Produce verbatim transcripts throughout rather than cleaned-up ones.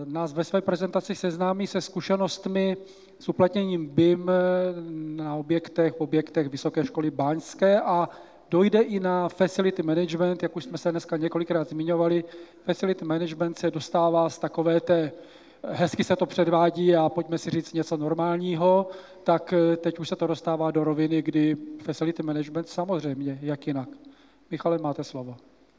nás ve své prezentaci seznámí se zkušenostmi s uplatněním B I M na objektech, v objektech Vysoké školy báňské a dojde i na facility management, jak už jsme se dneska několikrát zmiňovali. Facility management se dostává z takové té, hezky se to předvádí a pojďme si říct něco normálního, tak teď už se to dostává do roviny, kdy facility management samozřejmě, jak jinak. Michale, máte slovo.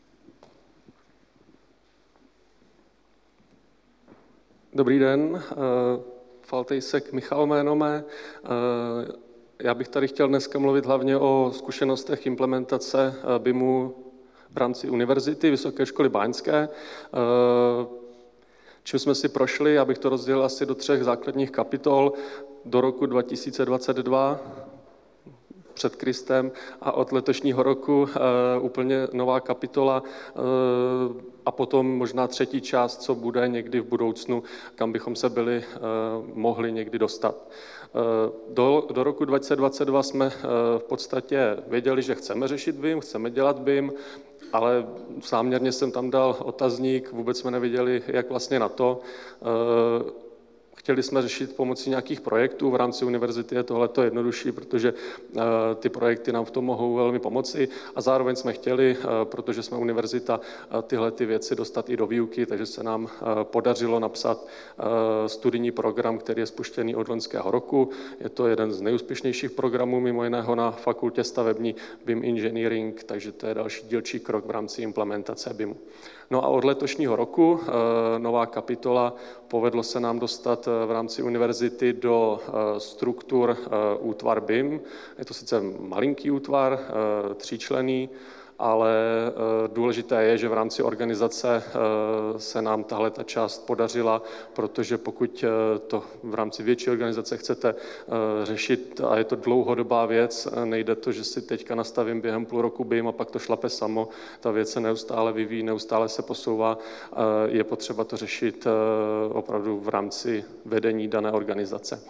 Dobrý den, Faltejsek Michal jméno mé. Já bych tady chtěl dneska mluvit hlavně o zkušenostech implementace B I M u v rámci univerzity Vysoké školy báňské. Čím jsme si prošli, já bych to rozdělil asi do třech základních kapitol do roku dva tisíce dvacet dva před Kristem a od letošního roku uh, úplně nová kapitola uh, a potom možná třetí část, co bude někdy v budoucnu, kam bychom se byli uh, mohli někdy dostat. Uh, do, do roku dva tisíce dvacet dva jsme uh, v podstatě věděli, že chceme řešit B I M, chceme dělat B I M, ale záměrně jsem tam dal otazník, vůbec jsme nevěděli, jak vlastně na to. Uh, Chtěli jsme řešit pomocí nějakých projektů, v rámci univerzity je tohleto jednodušší, protože uh, ty projekty nám v tom mohou velmi pomoci a zároveň jsme chtěli, uh, protože jsme univerzita, uh, tyhle ty věci dostat i do výuky, takže se nám uh, podařilo napsat uh, studijní program, který je spuštěný od loňského roku. Je to jeden z nejúspěšnějších programů, mimo jiného na fakultě stavební B I M Engineering, takže to je další dílčí krok v rámci implementace B I M. No a od letošního roku uh, nová kapitola, povedlo se nám dostat v rámci univerzity do struktur útvar B I M. Je to sice malinký útvar, tříčlenný, ale důležité je, že v rámci organizace se nám tahle ta část podařila, protože pokud to v rámci větší organizace chcete řešit, a je to dlouhodobá věc, nejde to, že si teďka nastavím během půl roku B I M a pak to šlape samo, ta věc se neustále vyvíjí, neustále se posouvá, je potřeba to řešit opravdu v rámci vedení dané organizace.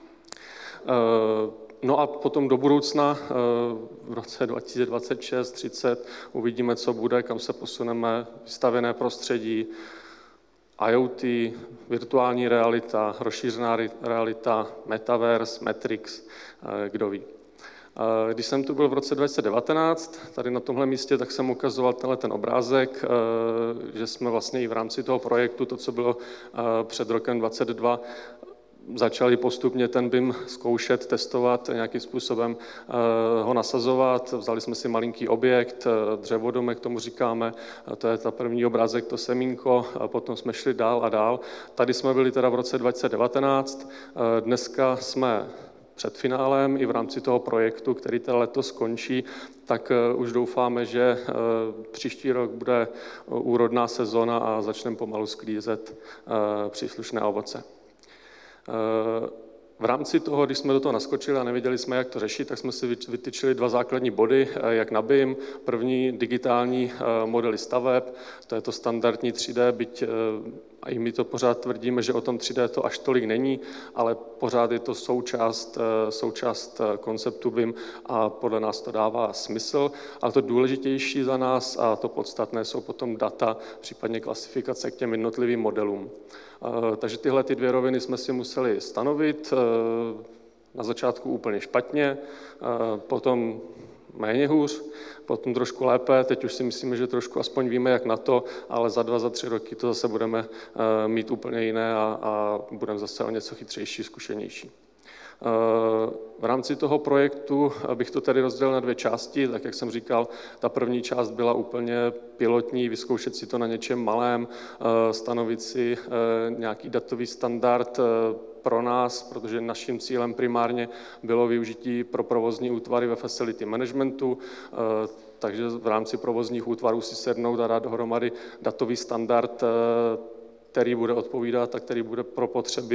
No a potom do budoucna v roce dva tisíce dvacet šest třicet uvidíme, co bude, kam se posuneme, vystavěné prostředí, I O T, virtuální realita, rozšířená realita, metaverse, Matrix, kdo ví. Když jsem tu byl v roce dva tisíce devatenáct, tady na tomhle místě, tak jsem ukazoval tenhle ten obrázek, že jsme vlastně i v rámci toho projektu, to, co bylo před rokem dvacet dva, začali postupně ten B I M zkoušet, testovat, nějakým způsobem ho nasazovat. Vzali jsme si malinký objekt, dřevodomek tomu říkáme, to je ta první obrázek, to semínko, a potom jsme šli dál a dál. Tady jsme byli teda v roce dva tisíce devatenáct, dneska jsme před finálem i v rámci toho projektu, který teda letos skončí, tak už doufáme, že příští rok bude úrodná sezona a začneme pomalu sklízet příslušné ovoce. V rámci toho, když jsme do toho naskočili a nevěděli jsme, jak to řešit, tak jsme si vytyčili dva základní body, jak na B I M. První digitální modely staveb, to je to standardní tři dé, byť a i my to pořád tvrdíme, že o tom tři dé to až tolik není, ale pořád je to součást, součást konceptu B I M a podle nás to dává smysl. Ale to důležitější za nás a to podstatné jsou potom data, případně klasifikace k těm jednotlivým modelům. Takže tyhle ty dvě roviny jsme si museli stanovit, na začátku úplně špatně, potom méně hůř, potom trošku lépe, teď už si myslíme, že trošku aspoň víme, jak na to, ale za dva, za tři roky to zase budeme mít úplně jiné a, a budeme zase o něco chytřejší, zkušenější. V rámci toho projektu bych to tady rozdělil na dvě části, tak jak jsem říkal, ta první část byla úplně pilotní, vyzkoušet si to na něčem malém, stanovit si nějaký datový standard pro nás, protože naším cílem primárně bylo využití pro provozní útvary ve facility managementu, takže v rámci provozních útvarů si sednout a dát dohromady datový standard, který bude odpovídat a který bude pro potřeby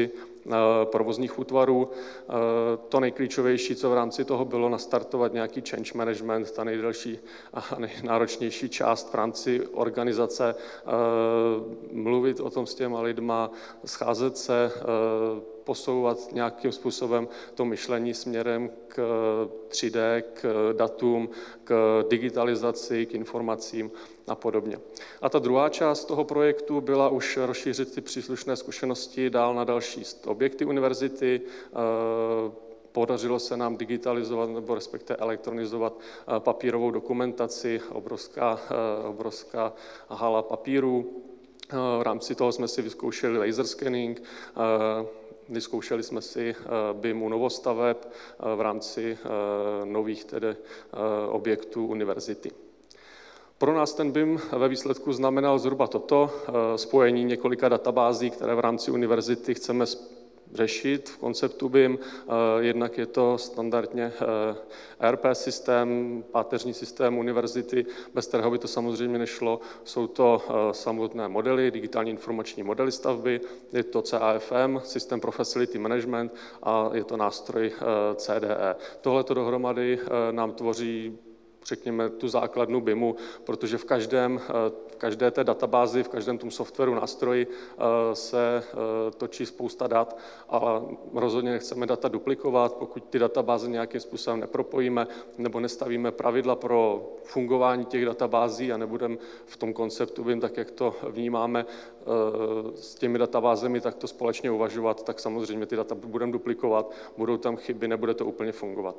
provozních útvarů. To nejklíčovější, co v rámci toho bylo, nastartovat nějaký change management, ta nejdelší a nejnáročnější část v rámci organizace, mluvit o tom s těma lidma, scházet se, posouvat nějakým způsobem to myšlení směrem k tři dé, k datům, k digitalizaci, k informacím a podobně. A ta druhá část toho projektu byla už rozšířit ty příslušné zkušenosti dál na další objekty univerzity. Podařilo se nám digitalizovat nebo respektive elektronizovat papírovou dokumentaci, obrovská, obrovská hala papíru. V rámci toho jsme si vyzkoušeli laser scanning, vyzkoušeli jsme si B I M u novostaveb v rámci nových tedy objektů univerzity. Pro nás ten B I M ve výsledku znamenal zhruba toto, spojení několika databází, které v rámci univerzity chceme řešit v konceptu B I M. Jednak je to standardně E R P systém, páteřní systém univerzity, bez kterého by to samozřejmě nešlo. Jsou to samotné modely, digitální informační modely stavby, je to C A F M, systém pro facility management a je to nástroj C D E. Tohle to dohromady nám tvoří, řekněme, tu základnu B I M U, protože v, každém, v každé té databázi, v každém tom softwaru, nástroji se točí spousta dat, ale rozhodně nechceme data duplikovat, pokud ty databáze nějakým způsobem nepropojíme nebo nestavíme pravidla pro fungování těch databází a nebudeme v tom konceptu B I M, tak jak to vnímáme s těmi databázemi, tak to společně uvažovat, tak samozřejmě ty data budeme duplikovat, budou tam chyby, nebude to úplně fungovat.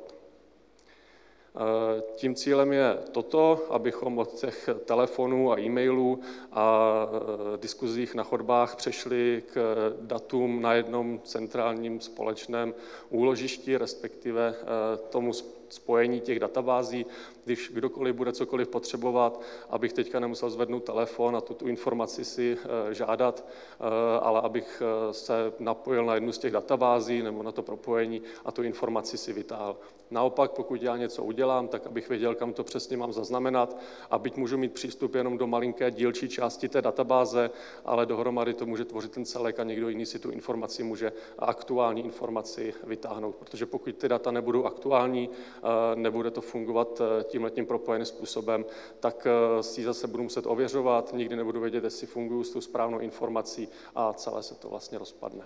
Tím cílem je toto, abychom od těch telefonů a e-mailů a diskuzích na chodbách přešli k datům na jednom centrálním společném úložišti, respektive tomu spojení těch databází, když kdokoliv bude cokoliv potřebovat, abych teďka nemusel zvednout telefon a tu, tu informaci si žádat, ale abych se napojil na jednu z těch databází nebo na to propojení a tu informaci si vytáhl. Naopak, pokud já něco udělám, tak abych věděl, kam to přesně mám zaznamenat, a byť můžu mít přístup jenom do malinké dílčí části té databáze, ale dohromady to může tvořit ten celek a někdo jiný si tu informaci může, aktuální informaci vytáhnout, protože pokud ty data nebudou aktuální, nebude to fungovat tímhletím propojeným způsobem, tak si zase budu muset ověřovat, nikdy nebudu vědět, jestli fungují s tou správnou informací a celé se to vlastně rozpadne.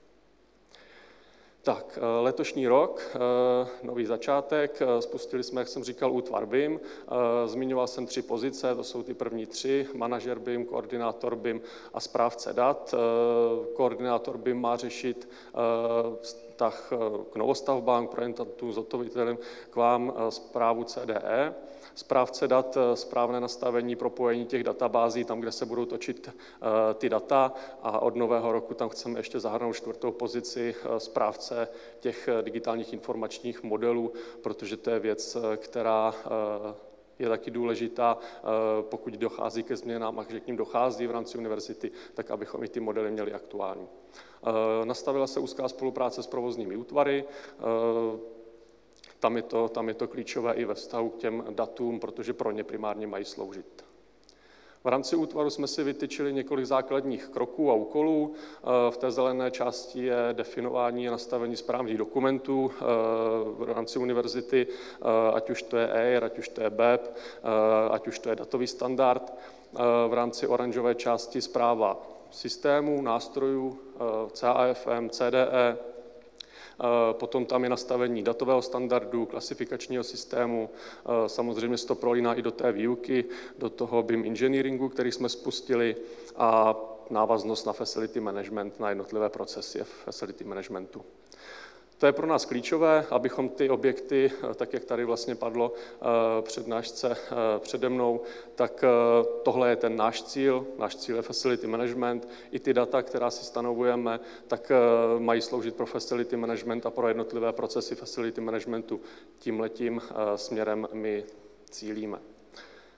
Tak, letošní rok, nový začátek, spustili jsme, jak jsem říkal, útvar B I M, zmiňoval jsem tři pozice, to jsou ty první tři, manažer B I M, koordinátor B I M a správce dat. Koordinátor B I M má řešit vztah k novostavbám, k projektantům, zhotovitelům, k vám správu C D E. Správce dat, správné nastavení, propojení těch databází, tam, kde se budou točit ty data, a od nového roku tam chceme ještě zahrnout čtvrtou pozici, správce těch digitálních informačních modelů, protože to je věc, která je taky důležitá, pokud dochází ke změnám a že k nim dochází v rámci univerzity, tak abychom i ty modely měli aktuální. Nastavila se úzká spolupráce s provozními útvary, tam je to, tam je to klíčové i ve vztahu k těm datům, protože pro ně primárně mají sloužit. V rámci útvaru jsme si vytyčili několik základních kroků a úkolů. V té zelené části je definování a nastavení správných dokumentů v rámci univerzity, ať už to je E I R, ať už to je B E P, ať už to je datový standard. V rámci oranžové části správa systémů, nástrojů, C A F M, C D E, potom tam je nastavení datového standardu, klasifikačního systému, samozřejmě se to prolíná i do té výuky, do toho B I M engineeringu, který jsme spustili, a návaznost na facility management, na jednotlivé procesy v facility managementu. To je pro nás klíčové, abychom ty objekty, tak jak tady vlastně padlo přednášce přede mnou, tak tohle je ten náš cíl, náš cíl je facility management. I ty data, která si stanovujeme, tak mají sloužit pro facility management a pro jednotlivé procesy facility managementu. Tímhletím směrem my cílíme.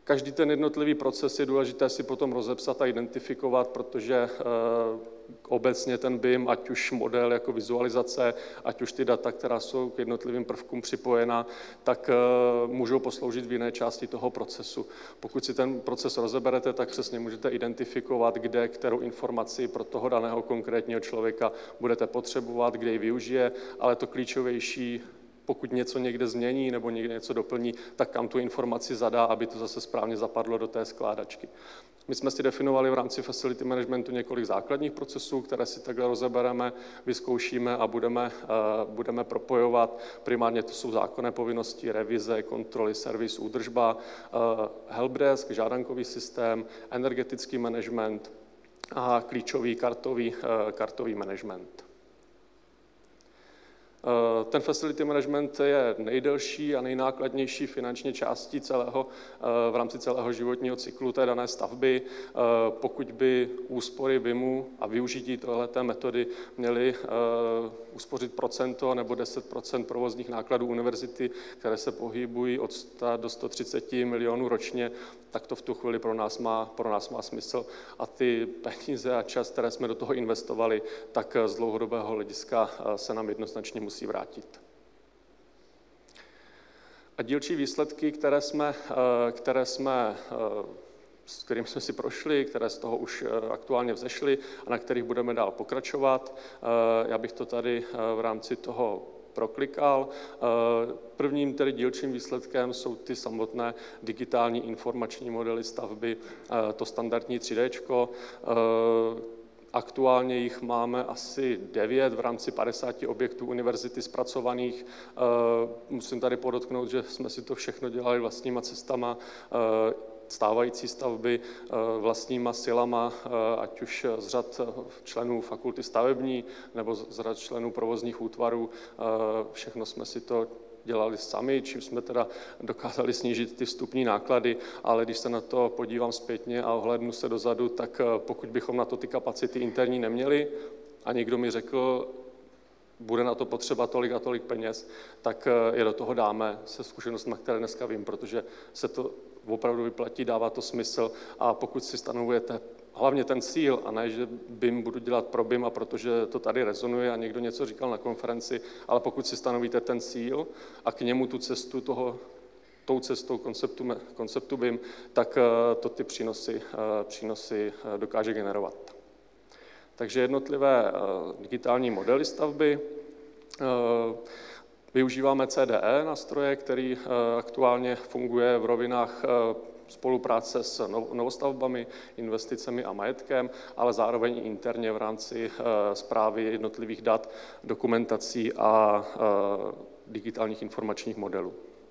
Každý ten jednotlivý proces je důležité si potom rozepsat a identifikovat, protože obecně ten B I M, ať už model jako vizualizace, ať už ty data, která jsou k jednotlivým prvkům připojena, tak můžou posloužit v jiné části toho procesu. Pokud si ten proces rozeberete, tak přesně můžete identifikovat, kde kterou informaci pro toho daného konkrétního člověka budete potřebovat, kde ji využije, ale to klíčovější, pokud něco někde změní nebo někde něco doplní, tak kam tu informaci zadá, aby to zase správně zapadlo do té skládačky. My jsme si definovali v rámci facility managementu několik základních procesů, které si takhle rozebereme, vyzkoušíme a budeme, uh, budeme propojovat. Primárně to jsou zákonné povinnosti, revize, kontroly, servis, údržba, uh, helpdesk, žádankový systém, energetický management a klíčový kartový, uh, kartový management. Ten facility management je nejdelší a nejnákladnější finančně částí celého, v rámci celého životního cyklu té dané stavby. Pokud by úspory B I M u a využití tohleté metody měly uspořit procento nebo deset procent provozních nákladů univerzity, které se pohybují od sto do sto třicet milionů ročně, tak to v tu chvíli pro nás má, pro nás má smysl. A ty peníze a čas, které jsme do toho investovali, tak z dlouhodobého hlediska se nám jednoznačně musí vrátit. A dílčí výsledky, které jsme, které jsme, s kterými jsme si prošli, které z toho už aktuálně vzešly a na kterých budeme dál pokračovat, já bych to tady v rámci toho proklikal. Prvním tedy dílčím výsledkem jsou ty samotné digitální informační modely stavby, to standardní tři dé čko. Aktuálně jich máme asi devět v rámci padesáti objektů univerzity zpracovaných. Musím tady podotknout, že jsme si to všechno dělali vlastníma cestama, stávající stavby vlastníma silama, ať už z řad členů fakulty stavební nebo z řad členů provozních útvarů. Všechno jsme si to dělali sami, čím jsme teda dokázali snížit ty vstupní náklady, ale když se na to podívám zpětně a ohlédnu se dozadu, tak pokud bychom na to ty kapacity interní neměli a někdo mi řekl, bude na to potřeba tolik a tolik peněz, tak je do toho dáme se zkušenostmi, které dneska vím, protože se to opravdu vyplatí, dává to smysl a pokud si stanovujete hlavně ten cíl a ne, že B I M budu dělat pro B I M a protože to tady rezonuje a někdo něco říkal na konferenci, ale pokud si stanovíte ten cíl a k němu tu cestu toho, tou cestou konceptu, konceptu B I M, tak to ty přínosy, přínosy dokáže generovat. Takže jednotlivé digitální modely stavby. Využíváme C D E nástroje, který aktuálně funguje v rovinách spolupráce s novostavbami, investicemi a majetkem, ale zároveň i interně v rámci správy jednotlivých dat, dokumentací a digitálních informačních modelů.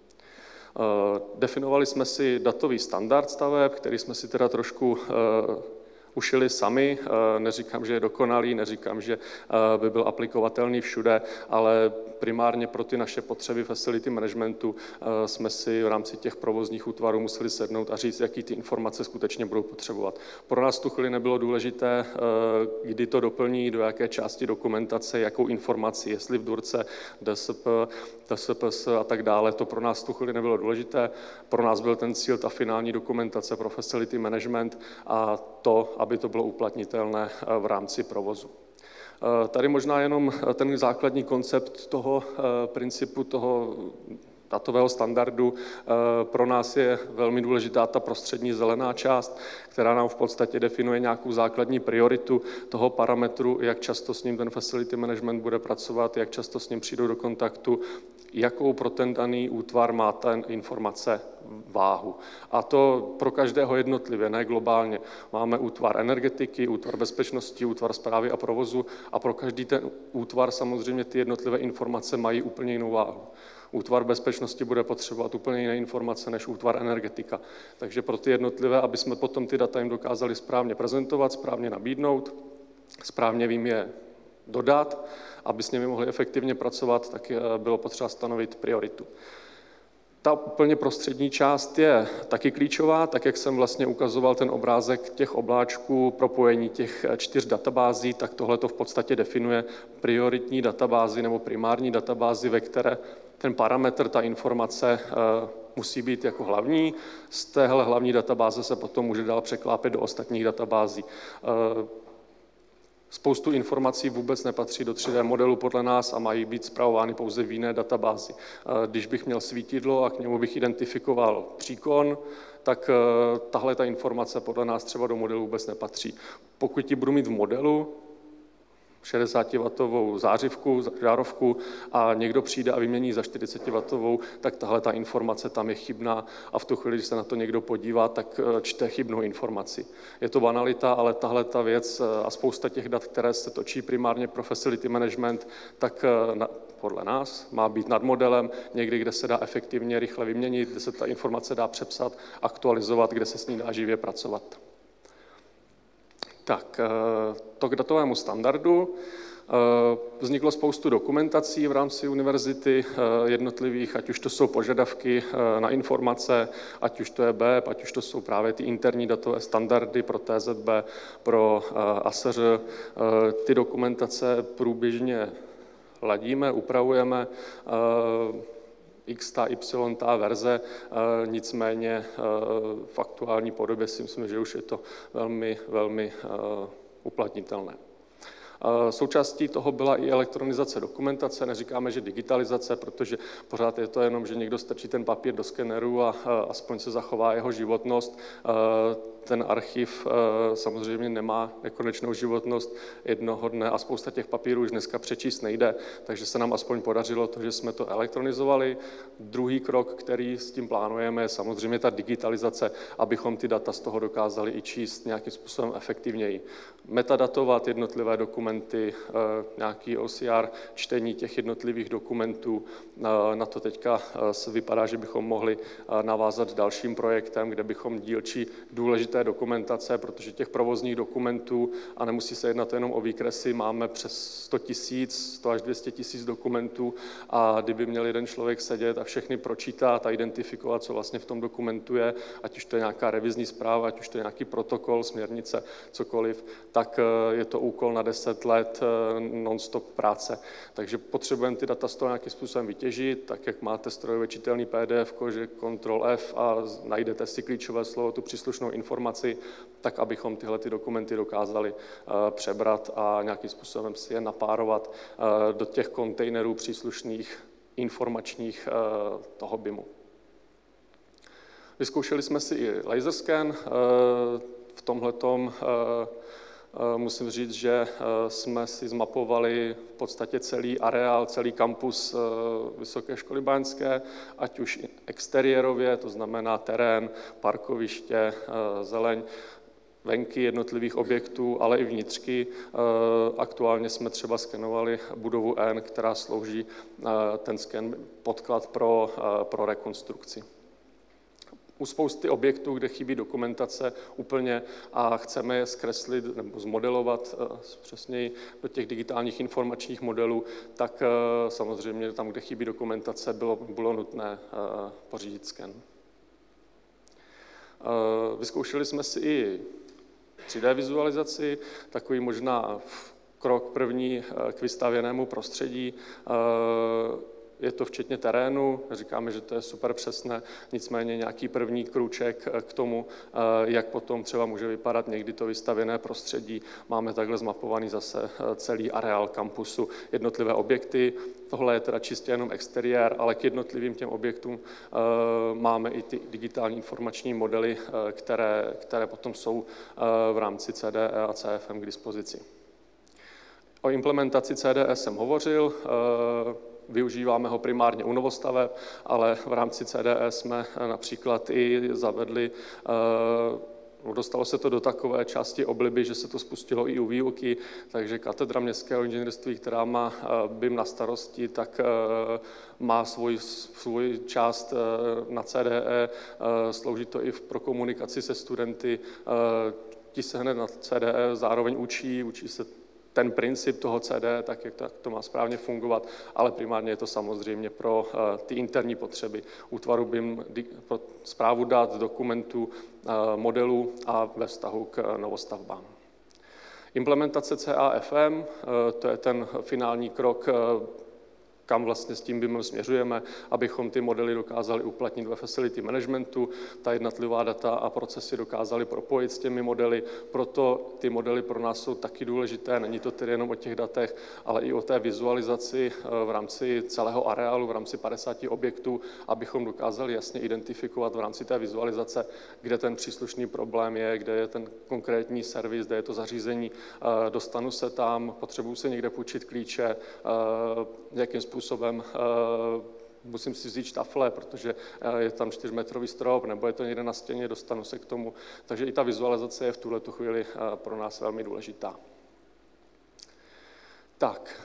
Definovali jsme si datový standard staveb, který jsme si teda trošku ušili sami, neříkám, že je dokonalý, neříkám, že by byl aplikovatelný všude, ale primárně pro ty naše potřeby facility managementu jsme si v rámci těch provozních útvarů museli sednout a říct, jaký ty informace skutečně budou potřebovat. Pro nás tu chvíli nebylo důležité, kdy to doplní, do jaké části dokumentace, jakou informaci, jestli v důrce, D S P, T S P S a tak dále, to pro nás tu chvíli nebylo důležité. Pro nás byl ten cíl, ta finální dokumentace pro facility management a to, aby to bylo uplatnitelné v rámci provozu. Tady možná jenom ten základní koncept toho principu, toho datového standardu. Pro nás je velmi důležitá ta prostřední zelená část, která nám v podstatě definuje nějakou základní prioritu toho parametru, jak často s ním ten facility management bude pracovat, jak často s ním přijdou do kontaktu, jakou pro ten daný útvar má ta informace váhu. A to pro každého jednotlivě, ne globálně. Máme útvar energetiky, útvar bezpečnosti, útvar správy a provozu a pro každý ten útvar samozřejmě ty jednotlivé informace mají úplně jinou váhu. Útvar bezpečnosti bude potřebovat úplně jiné informace než útvar energetika. Takže pro ty jednotlivé, aby jsme potom ty data jim dokázali správně prezentovat, správně nabídnout, správně jim je dodat, aby s nimi mohli efektivně pracovat, tak bylo potřeba stanovit prioritu. Ta úplně prostřední část je taky klíčová, tak jak jsem vlastně ukazoval ten obrázek těch obláčků, propojení těch čtyř databází, tak tohle to v podstatě definuje prioritní databázi nebo primární databázi, ve které ten parametr, ta informace musí být jako hlavní. Z téhle hlavní databáze se potom může dál překlápět do ostatních databází. Spoustu informací vůbec nepatří do tři dé modelu podle nás a mají být spravovány pouze v jiné databázi. Když bych měl svítidlo a k němu bych identifikoval příkon, tak tahle ta informace podle nás třeba do modelu vůbec nepatří. Pokud ji budu mít v modelu, šedesátiwatovou zářivku, žárovku a někdo přijde a vymění za čtyřicetiwatovou, tak tahle ta informace tam je chybná a v tu chvíli, když se na to někdo podívá, tak čte chybnou informaci. Je to banalita, ale tahle ta věc a spousta těch dat, které se točí primárně pro facility management, tak na, podle nás má být nad modelem, někdy, kde se dá efektivně rychle vyměnit, kde se ta informace dá přepsat, aktualizovat, kde se s ní dá živě pracovat. Tak, to k datovému standardu. Vzniklo spoustu dokumentací v rámci univerzity jednotlivých, ať už to jsou požadavky na informace, ať už to je B E P, ať už to jsou právě ty interní datové standardy pro T Z B, pro A S R. Ty dokumentace průběžně ladíme, upravujeme, X ta, Y ta verze, nicméně v aktuální podobě si myslím, že už je to velmi, velmi uplatnitelné. Součástí toho byla i elektronizace dokumentace, neříkáme, že digitalizace, protože pořád je to jenom, že někdo strčí ten papír do skeneru a aspoň se zachová jeho životnost. Ten archiv samozřejmě nemá nekonečnou životnost jednoho dne a spousta těch papírů už dneska přečíst nejde, takže se nám aspoň podařilo to, že jsme to elektronizovali. Druhý krok, který s tím plánujeme, je samozřejmě ta digitalizace, abychom ty data z toho dokázali i číst nějakým způsobem efektivněji. Metadatovat jednotlivé dokumenty, nějaký O C R, čtení těch jednotlivých dokumentů. Na to teďka vypadá, že bychom mohli navázat dalším projektem, kde bychom dílčí důležité dokumentace, protože těch provozních dokumentů, a nemusí se jednat jenom o výkresy, máme přes sto tisíc, sto až dvě stě tisíc dokumentů a kdyby měl jeden člověk sedět a všechny pročítat a identifikovat, co vlastně v tom dokumentu je, ať už to je nějaká revizní zpráva, ať už to je nějaký protokol, směrnice, cokoliv, tak je to úkol na deset let non-stop práce. Takže potřebujeme ty data z toho nějakým způsobem vytěžit, tak jak máte strojově čitelný P D F, že Ctrl F a najdete si klíčové slovo, tu příslušnou informaci, tak abychom tyhle ty dokumenty dokázali přebrat a nějakým způsobem si je napárovat do těch kontejnerů příslušných informačních toho B I M U. Vyzkoušeli jsme si i laser scan. V tomhletom musím říct, že jsme si zmapovali v podstatě celý areál, celý kampus Vysoké školy báňské, ať už exteriérově, to znamená terén, parkoviště, zeleň, venky jednotlivých objektů, ale i vnitřky. Aktuálně jsme třeba skenovali budovu N, která slouží ten sken podklad pro, pro rekonstrukci. U spousty objektů, kde chybí dokumentace úplně a chceme je zkreslit nebo zmodelovat přesněji do těch digitálních informačních modelů, tak samozřejmě tam, kde chybí dokumentace, bylo, bylo nutné pořídit sken. Vyzkoušeli jsme si i tři dé vizualizaci, takový možná krok první k vystavěnému prostředí. Je to včetně terénu, říkáme, že to je super přesné, nicméně nějaký první krůček k tomu, jak potom třeba může vypadat někdy to vystavěné prostředí. Máme takhle zmapovaný zase celý areál kampusu, jednotlivé objekty. Tohle je teda čistě jenom exteriér, ale k jednotlivým těm objektům máme i ty digitální informační modely, které, které potom jsou v rámci C D E a C F M k dispozici. O implementaci C D E jsem hovořil. Využíváme ho primárně u novostaveb, ale v rámci C D E jsme například i zavedli, dostalo se to do takové části obliby, že se to spustilo i u výuky, takže katedra městského inženýrství, která má B I M na starosti, tak má svůj, svůj část na C D E, slouží to i pro komunikaci se studenty, ti se hned na C D E zároveň učí, učí se ten princip toho C D, tak jak to má správně fungovat, ale primárně je to samozřejmě pro ty interní potřeby útvaru B I M, pro správu dat, dokumentů, modelů a ve vztahu k novostavbám. Implementace C A F M, to je ten finální krok kam vlastně s tím B I M směřujeme, abychom ty modely dokázali uplatnit ve facility managementu, ta jednotlivá data a procesy dokázali propojit s těmi modely. Proto ty modely pro nás jsou taky důležité, není to tedy jenom o těch datech, ale i o té vizualizaci v rámci celého areálu, v rámci padesáti objektů, abychom dokázali jasně identifikovat v rámci té vizualizace, kde ten příslušný problém je, kde je ten konkrétní servis, kde je to zařízení, dostanu se tam, potřebuji se někde půjčit klíče, jakým způsobem musím si vzít štafle, protože je tam čtyřmetrový strop, nebo je to někde na stěně, dostanu se k tomu. Takže i ta vizualizace je v tuhletu chvíli pro nás velmi důležitá. Tak,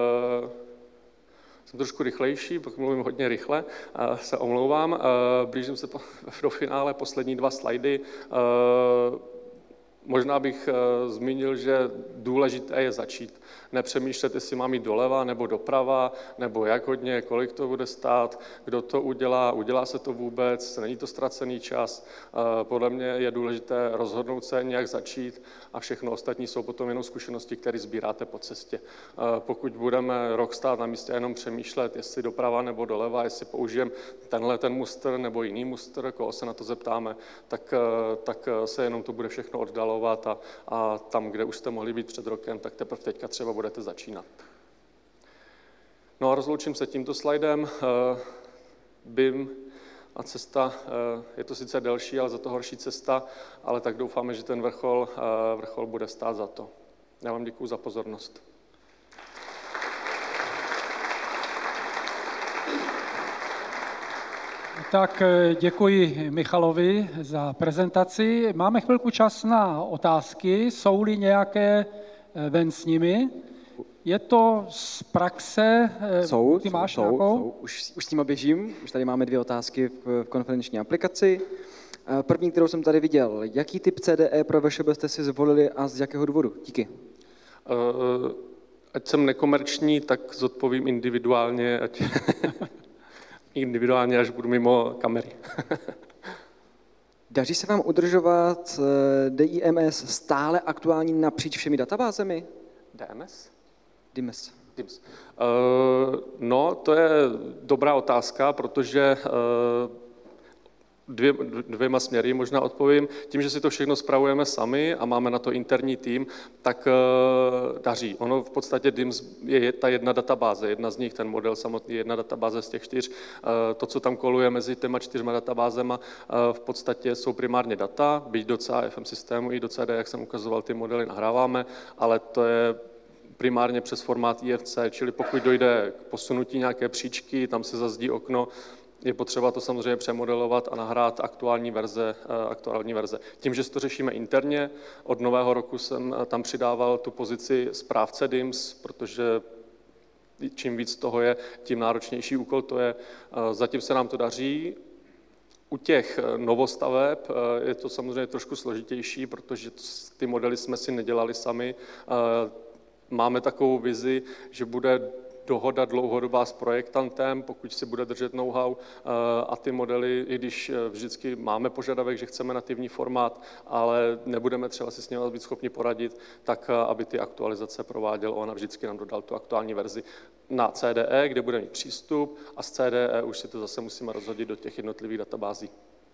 jsem trošku rychlejší, pokud mluvím hodně rychle, se omlouvám. Blížím se do finále, poslední dva slajdy. Možná bych zmínil, že důležité je začít. Nepřemýšlet, jestli mám jít doleva nebo doprava, nebo jak hodně, kolik to bude stát, kdo to udělá, udělá se to vůbec, není to ztracený čas. Podle mě je důležité rozhodnout se, nějak začít a všechno ostatní jsou potom jenom zkušenosti, které sbíráte po cestě. Pokud budeme rok stát na místě a jenom přemýšlet, jestli doprava nebo doleva, jestli použijeme tenhle ten mustr nebo jiný mustr, koho se na to zeptáme, tak, tak se jenom to bude všechno oddalovat a, a tam, kde už jste mohli být před rokem, tak teprve teďka třeba budete začínat. No a rozloučím se tímto slajdem. B I M a cesta, je to sice delší, ale za to horší cesta, ale tak doufáme, že ten vrchol, vrchol bude stát za to. Já vám děkuju za pozornost. Tak děkuji Michalovi za prezentaci. Máme chvilku čas na otázky. Jsou-li nějaké, ven s nimi? Je to z praxe? Jsou, Ty máš jsou, jsou. Už, už s tím běžím. Už tady máme dvě otázky v, v konferenční aplikaci. První, kterou jsem tady viděl. Jaký typ C D E pro VŠB jste si zvolili a z jakého důvodu? Díky. Uh, ať jsem nekomerční, tak zodpovím individuálně, ať individuálně, až budu mimo kamery. Daří se vám udržovat D I M S stále aktuální napříč všemi databázemi? D M S? D I M S. D I M S. Uh, no, to je dobrá otázka, protože uh, Dvě, dvěma směry možná odpovím. Tím, že si to všechno spravujeme sami a máme na to interní tým, tak uh, daří. Ono v podstatě D I M S je ta jedna databáze, jedna z nich, ten model samotný, jedna databáze z těch čtyř. Uh, to, co tam koluje mezi těma čtyřma databázema, uh, v podstatě jsou primárně data, byť do C A F M systému i do C D, jak jsem ukazoval, ty modely nahráváme, ale to je primárně přes formát I F C, čili pokud dojde k posunutí nějaké příčky, tam se zazdí okno, je potřeba to samozřejmě přemodelovat a nahrát aktuální verze, aktuální verze. Tím, že to řešíme interně, od nového roku jsem tam přidával tu pozici správce D I M S, protože čím víc toho je, tím náročnější úkol to je. Zatím se nám to daří. U těch novostaveb je to samozřejmě trošku složitější, protože ty modely jsme si nedělali sami. Máme takovou vizi, že bude dohoda dlouhodobá s projektantem, pokud si bude držet know-how a ty modely, i když vždycky máme požadavek, že chceme nativní formát, ale nebudeme třeba si s ním být schopni poradit, tak aby ty aktualizace prováděl on a vždycky nám dodal tu aktuální verzi na C D E, kde bude mít přístup a z C D E už si to zase musíme rozhodit do těch jednotlivých databází.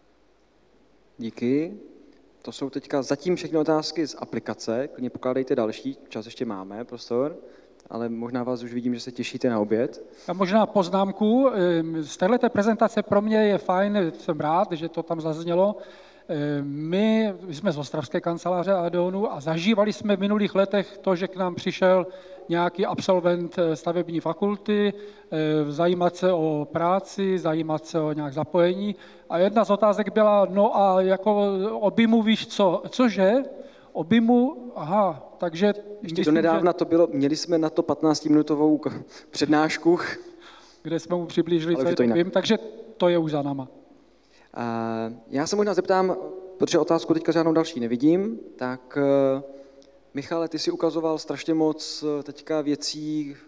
Díky. To jsou teďka zatím všechny otázky z aplikace, klidně pokládejte další, čas ještě máme, prostor. Ale možná vás už vidím, že se těšíte na oběd. A možná poznámku. Z téhleté prezentace pro mě je fajn, jsem rád, že to tam zaznělo. My jsme z ostravské kanceláře Adeonu a zažívali jsme v minulých letech to, že k nám přišel nějaký absolvent stavební fakulty, zajímat se o práci, zajímat se o nějak zapojení. A jedna z otázek byla, no a jako o B I M U víš co, cože? O B I M U, aha, takže... Ještě donedávna že... to bylo, měli jsme na to patnáctiminutovou přednášku. Kde jsme mu přiblížili celý to B I M, takže to je už za náma. Uh, já se možná zeptám, protože otázku teďka žádnou další nevidím, tak uh, Michale, ty si ukazoval strašně moc teďka věcí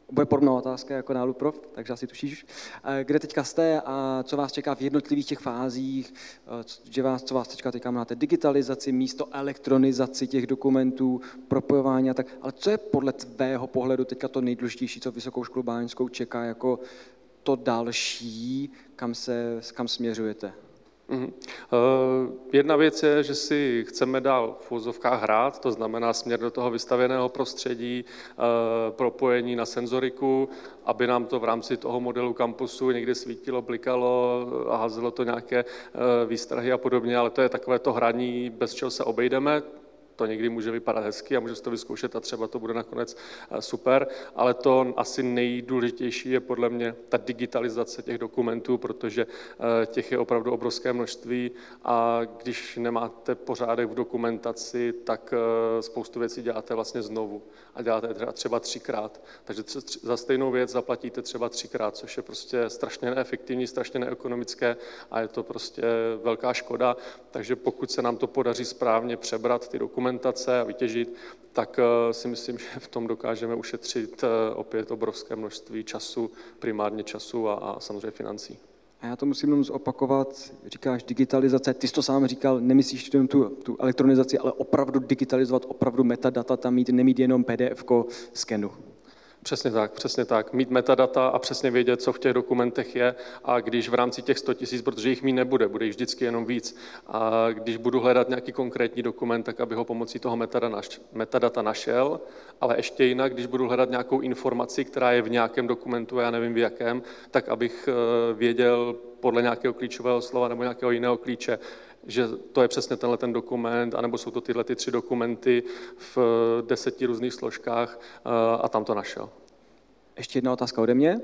Bude podobná otázka jako na Luprof, takže asi tušíš. Kde teďka jste a co vás čeká v jednotlivých těch fázích, že vás, co vás teďka teďka máte digitalizaci, místo elektronizaci těch dokumentů, propojování a tak. Ale co je podle tvého pohledu teďka to nejdůležitější, co Vysokou školu báňskou čeká jako to další, kam, se, kam směřujete? Mm-hmm. Uh, jedna věc je, že si chceme dál v uvozovkách hrát, to znamená směr do toho vystavěného prostředí, uh, propojení na senzoriku, aby nám to v rámci toho modelu kampusu někde svítilo, blikalo a házelo to nějaké uh, výstrahy a podobně, ale to je takové to hraní, bez čeho se obejdeme. To někdy může vypadat hezky a může se to vyzkoušet a třeba to bude nakonec super, ale to asi nejdůležitější je podle mě ta digitalizace těch dokumentů, protože těch je opravdu obrovské množství a když nemáte pořádek v dokumentaci, tak spoustu věcí děláte vlastně znovu a děláte třeba třikrát. Takže za stejnou věc zaplatíte třeba třikrát, což je prostě strašně neefektivní, strašně neekonomické a je to prostě velká škoda. Takže pokud se nám to podaří správně přebrat ty dokumenty, a vytěžit, tak si myslím, že v tom dokážeme ušetřit opět obrovské množství času, primárně času a, a samozřejmě financí. A já to musím jenom zopakovat, říkáš digitalizace, ty jsi to sám říkal, nemyslíš jenom tu, tu elektronizaci, ale opravdu digitalizovat, opravdu metadata tam mít, nemít jenom P D F-ko skenu. Přesně tak, přesně tak. Mít metadata a přesně vědět, co v těch dokumentech je a když v rámci těch sto tisíc, protože jich mít nebude, bude jich vždycky jenom víc. A když budu hledat nějaký konkrétní dokument, tak aby ho pomocí toho metadata našel, ale ještě jinak, když budu hledat nějakou informaci, která je v nějakém dokumentu, já nevím v jakém, tak abych věděl podle nějakého klíčového slova nebo nějakého jiného klíče, že to je přesně tenhle ten dokument, anebo jsou to tyhle ty tři dokumenty v deseti různých složkách a tam to našel. Ještě jedna otázka ode mě.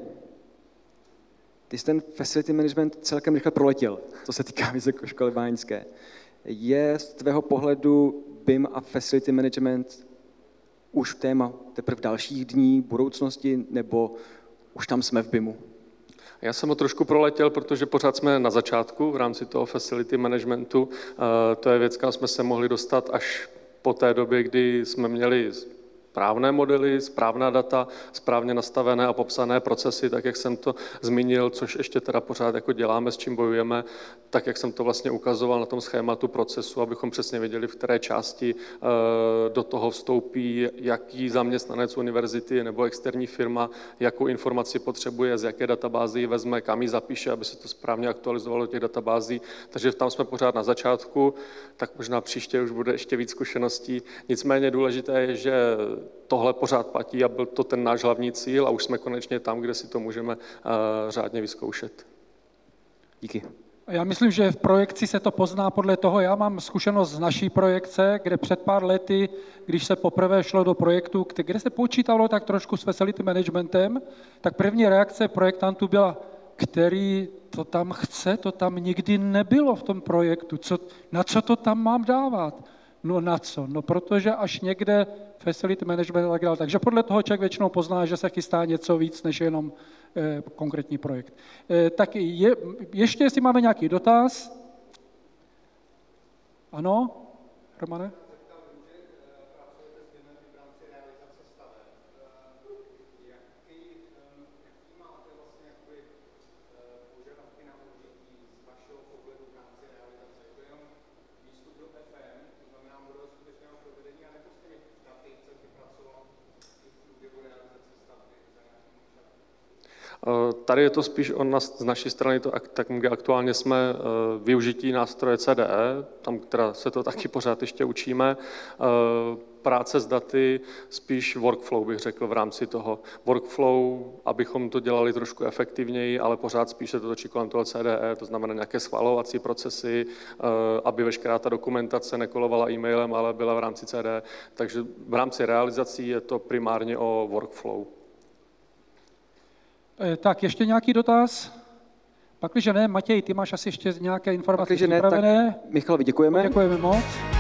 Ty jsi ten facility management celkem rychle proletěl, co se týká Vysoké školy báňské. Je z tvého pohledu B I M a facility management už téma teprve dalších dní, budoucnosti, nebo už tam jsme v B I M U? Já jsem ho trošku proletěl, protože pořád jsme na začátku v rámci toho facility managementu. To je věc, kam jsme se mohli dostat až po té době, kdy jsme měli správné modely, správná data, správně nastavené a popsané procesy, tak jak jsem to zmínil, což ještě teda pořád jako děláme, s čím bojujeme, tak jak jsem to vlastně ukazoval na tom schématu procesu, abychom přesně věděli, v které části do toho vstoupí, jaký zaměstnanec univerzity nebo externí firma, jakou informaci potřebuje, z jaké databázy ji vezme, kam ji zapíše, aby se to správně aktualizovalo do těch databází. Takže tam jsme pořád na začátku, tak možná příště už bude ještě víc zkušeností. Nicméně důležité je, že tohle pořád platí a byl to ten náš hlavní cíl a už jsme konečně tam, kde si to můžeme uh, řádně vyzkoušet. Díky. Já myslím, že v projekci se to pozná podle toho, já mám zkušenost z naší projekce, kde před pár lety, když se poprvé šlo do projektu, kde se počítalo tak trošku s facility managementem, tak první reakce projektantů byla, který to tam chce, to tam nikdy nebylo v tom projektu, co, na co to tam mám dávat? No na co? No protože až někde facility management a tak dále. Takže podle toho člověk většinou pozná, že se chystá něco víc, než jenom eh, konkrétní projekt. Eh, tak je, ještě, jestli máme nějaký dotaz? Ano? Romane? Tady je to spíš o nás, z naší strany, to, tak kde aktuálně jsme využití nástroje C D E, tam která se to taky pořád ještě učíme. Práce s daty, spíš workflow bych řekl v rámci toho. Workflow, abychom to dělali trošku efektivněji, ale pořád spíš se to točí kolem toho C D E, to znamená nějaké schvalovací procesy, aby veškerá ta dokumentace nekolovala e-mailem, ale byla v rámci C D E. Takže v rámci realizací je to primárně o workflow. Tak, ještě nějaký dotaz? Pakliže ne, Matěj, ty máš asi ještě nějaké informace Pakliže připravené. Ne, tak Michalovi děkujeme. Děkujeme moc.